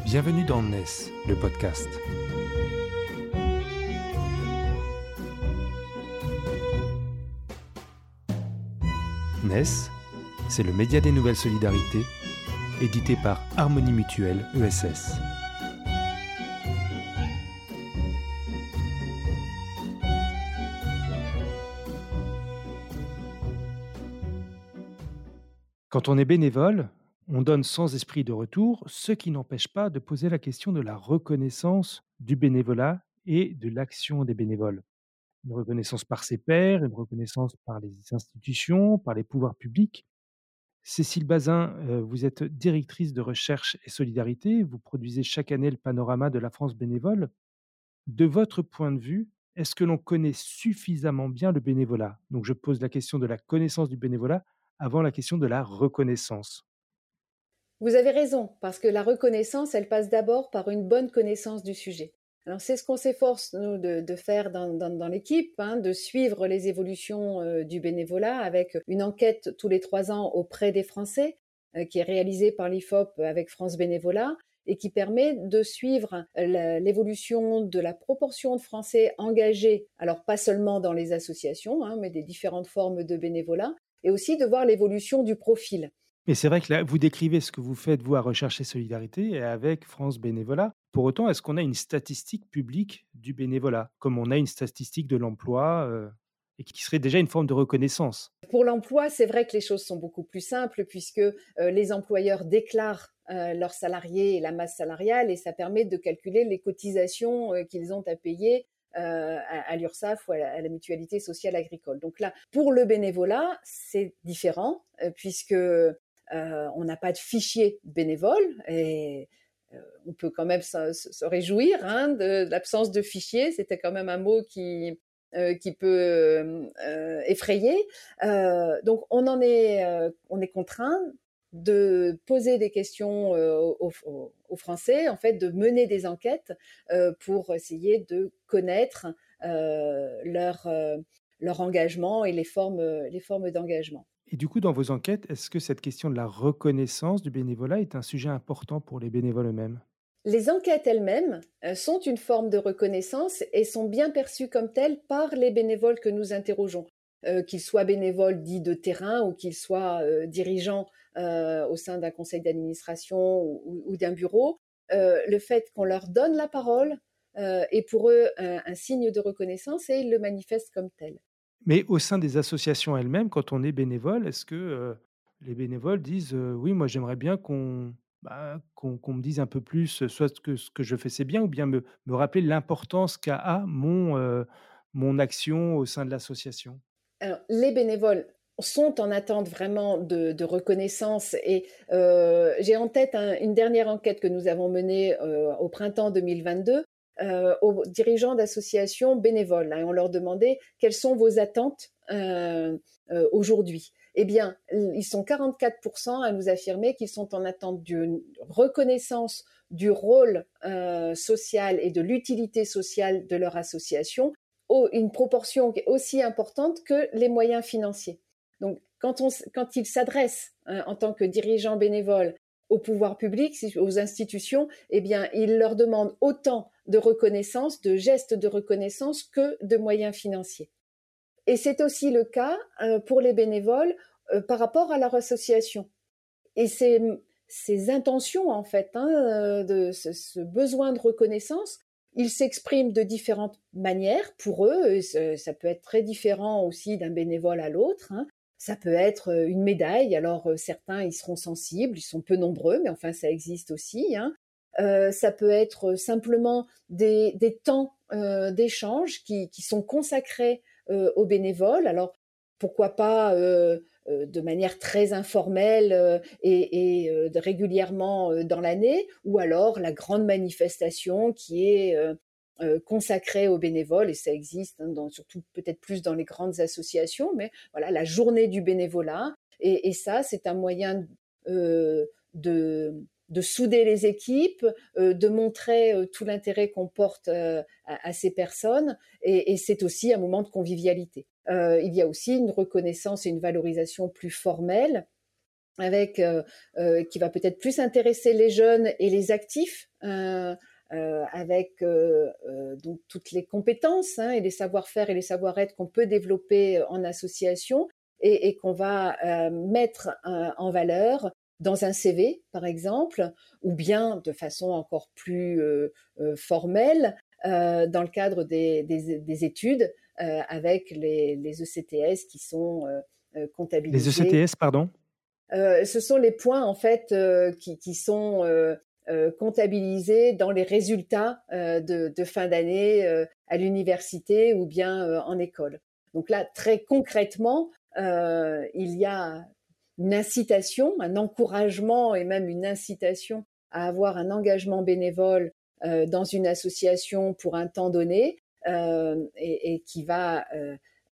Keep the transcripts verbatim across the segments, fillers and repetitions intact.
Bienvenue dans N E S, le podcast. N E S, c'est le média des nouvelles solidarités, édité par Harmonie Mutuelle E S S. Quand on est bénévole, on donne sans esprit de retour, ce qui n'empêche pas de poser la question de la reconnaissance du bénévolat et de l'action des bénévoles. Une reconnaissance par ses pairs, une reconnaissance par les institutions, par les pouvoirs publics. Cécile Bazin, euh, vous êtes directrice de recherche et solidarité. Vous produisez chaque année le panorama de la France bénévole. De votre point de vue, est-ce que l'on connaît suffisamment bien le bénévolat? Donc je pose la question de la connaissance du bénévolat avant la question de la reconnaissance. Vous avez raison, parce que la reconnaissance, elle passe d'abord par une bonne connaissance du sujet. Alors c'est ce qu'on s'efforce nous de, de faire dans, dans, dans l'équipe, hein, de suivre les évolutions euh, du bénévolat avec une enquête tous les trois ans auprès des Français, euh, qui est réalisée par l'I F O P avec France Bénévolat et qui permet de suivre la, l'évolution de la proportion de Français engagés, alors pas seulement dans les associations, hein, mais des différentes formes de bénévolat, et aussi de voir l'évolution du profil. Mais c'est vrai que là, vous décrivez ce que vous faites, vous, à Recherche et Solidarité et avec France Bénévolat. Pour autant, est-ce qu'on a une statistique publique du bénévolat, comme on a une statistique de l'emploi, euh, et qui serait déjà une forme de reconnaissance? Pour l'emploi, c'est vrai que les choses sont beaucoup plus simples puisque euh, les employeurs déclarent euh, leurs salariés et la masse salariale et ça permet de calculer les cotisations euh, qu'ils ont à payer euh, à, à l'URSSAF ou à la, à la Mutualité sociale agricole. Donc là, pour le bénévolat, c'est différent euh, puisque euh, on n'a pas de fichier bénévole et euh, on peut quand même se, se réjouir hein, de, de l'absence de fichier. C'était quand même un mot qui Euh, qui peut euh, effrayer. Euh, donc on en est, euh, on est contraint de poser des questions euh, aux, aux, aux Français, en fait, de mener des enquêtes euh, pour essayer de connaître euh, leur euh, leur engagement et les formes les formes d'engagement. Et du coup, dans vos enquêtes, est-ce que cette question de la reconnaissance du bénévolat est un sujet important pour les bénévoles eux-mêmes? Les enquêtes elles-mêmes euh, sont une forme de reconnaissance et sont bien perçues comme telles par les bénévoles que nous interrogeons, euh, qu'ils soient bénévoles dits de terrain ou qu'ils soient euh, dirigeants euh, au sein d'un conseil d'administration ou, ou, ou d'un bureau. Euh, le fait qu'on leur donne la parole euh, est pour eux un, un signe de reconnaissance et ils le manifestent comme tel. Mais au sein des associations elles-mêmes, quand on est bénévole, est-ce que euh, les bénévoles disent euh, oui, moi j'aimerais bien qu'on bah, qu'on qu'on me dise un peu plus, euh, soit que ce que je fais c'est bien, ou bien me, me rappeler l'importance qu'a a mon, euh, mon action au sein de l'association? Alors, les bénévoles sont en attente vraiment de, de reconnaissance et euh, j'ai en tête un- une dernière enquête que nous avons menée euh, au printemps deux mille vingt-deux euh, aux dirigeants d'associations bénévoles, hein, et on leur demandait quelles sont vos attentes euh, euh, aujourd'hui. Eh bien, ils sont quarante-quatre pour cent à nous affirmer qu'ils sont en attente d'une reconnaissance du rôle euh, social et de l'utilité sociale de leur association, une proportion qui est aussi importante que les moyens financiers. Donc, quand, on, quand ils s'adressent hein, en tant que dirigeants bénévoles au pouvoir public, aux institutions, eh bien, ils leur demandent autant de reconnaissance, de gestes de reconnaissance que de moyens financiers. Et c'est aussi le cas euh, pour les bénévoles euh, par rapport à leur association. Et ces, ces intentions, en fait, hein, de ce, ce besoin de reconnaissance, ils s'expriment de différentes manières pour eux. Et ça peut être très différent aussi d'un bénévole à l'autre. Hein. Ça peut être une médaille. Alors certains, ils seront sensibles, ils sont peu nombreux, mais enfin ça existe aussi. Hein. Euh, ça peut être simplement des, des temps euh, d'échange qui, qui sont consacrés euh, aux bénévoles. Alors pourquoi pas euh, euh, de manière très informelle euh, et, et euh, régulièrement euh, dans l'année, ou alors la grande manifestation qui est euh, euh, consacrée aux bénévoles, et ça existe hein, dans, surtout peut-être plus dans les grandes associations, mais voilà, la journée du bénévolat, et, et ça, c'est un moyen euh, de de souder les équipes, euh, de montrer euh, tout l'intérêt qu'on porte euh, à, à ces personnes, et, et c'est aussi un moment de convivialité. Euh, il y a aussi une reconnaissance et une valorisation plus formelle avec euh, euh, qui va peut-être plus intéresser les jeunes et les actifs, euh, euh, avec euh, euh, donc toutes les compétences, hein, et les savoir-faire et les savoir-être qu'on peut développer en association et, et qu'on va euh, mettre euh, en valeur dans un C V, par exemple, ou bien de façon encore plus euh, euh, formelle, euh, dans le cadre des, des, des études, euh, avec les, les E C T S qui sont euh, euh, Les comptabilisés. E C T S, pardon? Euh, ce sont les points en fait euh, qui, qui sont euh, euh, comptabilisés dans les résultats euh, de, de fin d'année euh, à l'université ou bien euh, en école. Donc là, très concrètement, euh, il y a une incitation, un encouragement et même une incitation à avoir un engagement bénévole euh, dans une association pour un temps donné, euh, et, et qui va euh,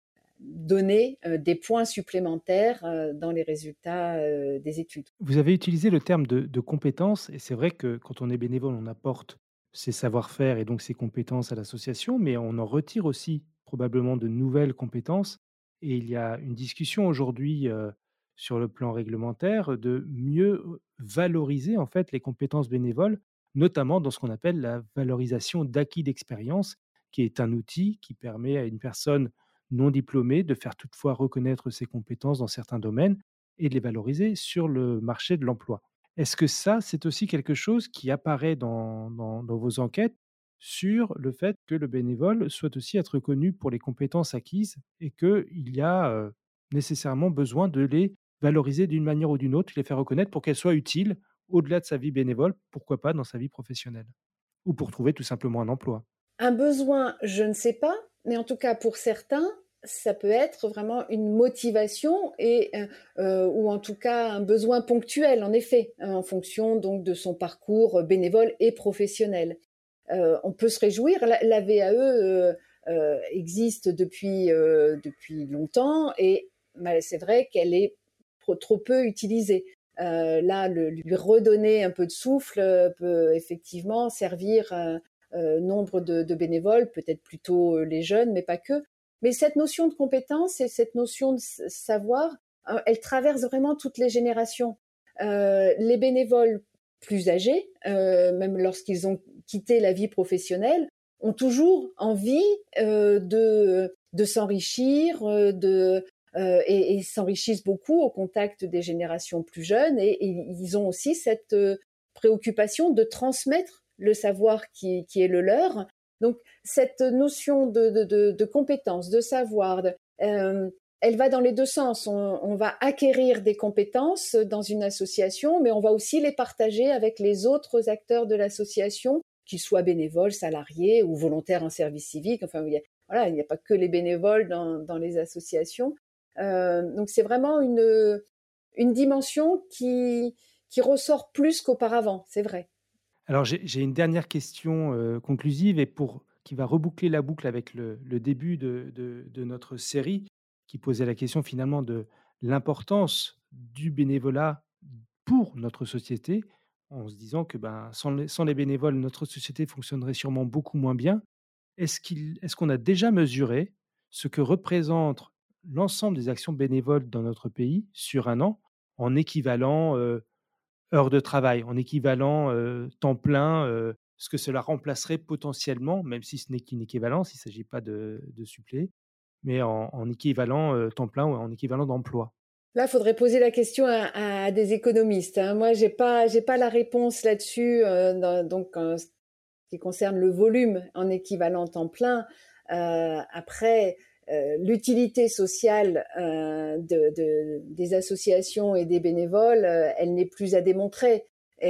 donner euh, des points supplémentaires euh, dans les résultats euh, des études. Vous avez utilisé le terme de de compétences et c'est vrai que quand on est bénévole, on apporte ses savoir-faire et donc ses compétences à l'association, mais on en retire aussi probablement de nouvelles compétences et il y a une discussion aujourd'hui, heu, sur le plan réglementaire de mieux, valoriser en fait les compétences bénévoles, notamment dans ce qu'on appelle la valorisation d'acquis d'expérience, qui est un outil qui permet à une personne non diplômée de faire toutefois reconnaître ses compétences dans certains domaines et de les valoriser sur le marché de l'emploi. Est-ce que ça, c'est aussi quelque chose qui apparaît dans dans dans vos enquêtes sur le fait que le bénévole souhaite aussi être reconnu pour les compétences acquises et qu'il y a, heu, nécessairement besoin de les valoriser d'une manière ou d'une autre, les faire reconnaître pour qu'elles soient utiles au-delà de sa vie bénévole, pourquoi pas dans sa vie professionnelle? Ou pour trouver tout simplement un emploi? Un besoin, je ne sais pas, mais en tout cas pour certains, ça peut être vraiment une motivation et euh, euh, ou en tout cas un besoin ponctuel, en effet, hein, en fonction donc de son parcours bénévole et professionnel. Euh, on peut se réjouir. La, la V A E euh, euh, existe depuis euh, depuis longtemps et bah, c'est vrai qu'elle est trop, trop peu utilisée. Euh, là, le, lui redonner un peu de souffle euh, peut effectivement servir euh, euh, nombre de, de bénévoles, peut-être plutôt euh, les jeunes, mais pas que. Mais cette notion de compétence et cette notion de savoir, euh, elle traverse vraiment toutes les générations. Euh, les bénévoles plus âgés, euh, même lorsqu'ils ont quitté la vie professionnelle, ont toujours envie euh, de, de s'enrichir, euh, de, euh, et, et s'enrichissent beaucoup au contact des générations plus jeunes, et, et ils ont aussi cette euh, préoccupation de transmettre le savoir qui, qui est le leur. Donc cette notion de, de, de, de compétence, de savoir, de, euh, elle va dans les deux sens. On, on va acquérir des compétences dans une association, mais on va aussi les partager avec les autres acteurs de l'association, qu'ils soient bénévoles, salariés ou volontaires en service civique. Enfin, il y a, voilà, il n'y a pas que les bénévoles dans, dans les associations. Euh, donc c'est vraiment une, une dimension qui, qui ressort plus qu'auparavant, c'est vrai. Alors j'ai j'ai une dernière question, heu, conclusive et pour qui va reboucler la boucle avec le le début de de de notre série, qui posait la question finalement de l'importance du bénévolat pour notre société, en se disant que, ben, sans les sans les bénévoles, notre société fonctionnerait sûrement beaucoup moins bien. Est-ce qu'il est-ce qu'on a déjà mesuré ce que représente l'ensemble des actions bénévoles dans notre pays sur un an en équivalent, heu heures de travail, en équivalent, heu, temps plein, heu, ce que cela remplacerait potentiellement, même si ce n'est qu'une équivalence, il ne s'agit pas de de suppléer, mais en en équivalent, heu, temps plein ou en équivalent d'emploi. Là, il faudrait poser la question à, à des économistes, hein. Moi, j'ai pas, j'ai pas la réponse là-dessus. Euh, dans- donc, en ce qui concerne le volume en équivalent temps plein, euh, après, euh, l'utilité sociale euh, de, de- des associations et des bénévoles, euh, elle n'est plus à démontrer.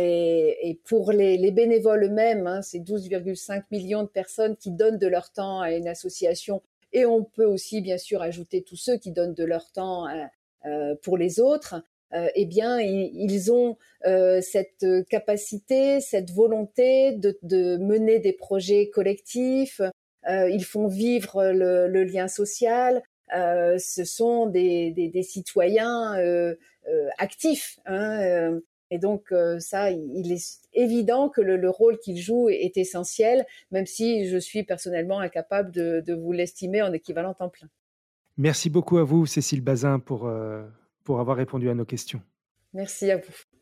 Et, et pour les, les bénévoles eux-mêmes, hein, c'est douze virgule cinq millions de personnes qui donnent de leur temps à une association. Et on peut aussi, bien sûr, ajouter tous ceux qui donnent de leur temps à, euh, pour les autres, euh, eh bien, ils, ils ont euh, cette capacité, cette volonté de, de mener des projets collectifs. Euh, ils font vivre le, le lien social. Euh, ce sont des, des, des citoyens euh, euh, actifs, hein, euh, et donc euh, ça, il est évident que le, le rôle qu'ils jouent est, est essentiel, même si je suis personnellement incapable de, de vous l'estimer en équivalent temps plein. Merci beaucoup à vous, Cécile Bazin, pour, heu, pour avoir répondu à nos questions. Merci à vous.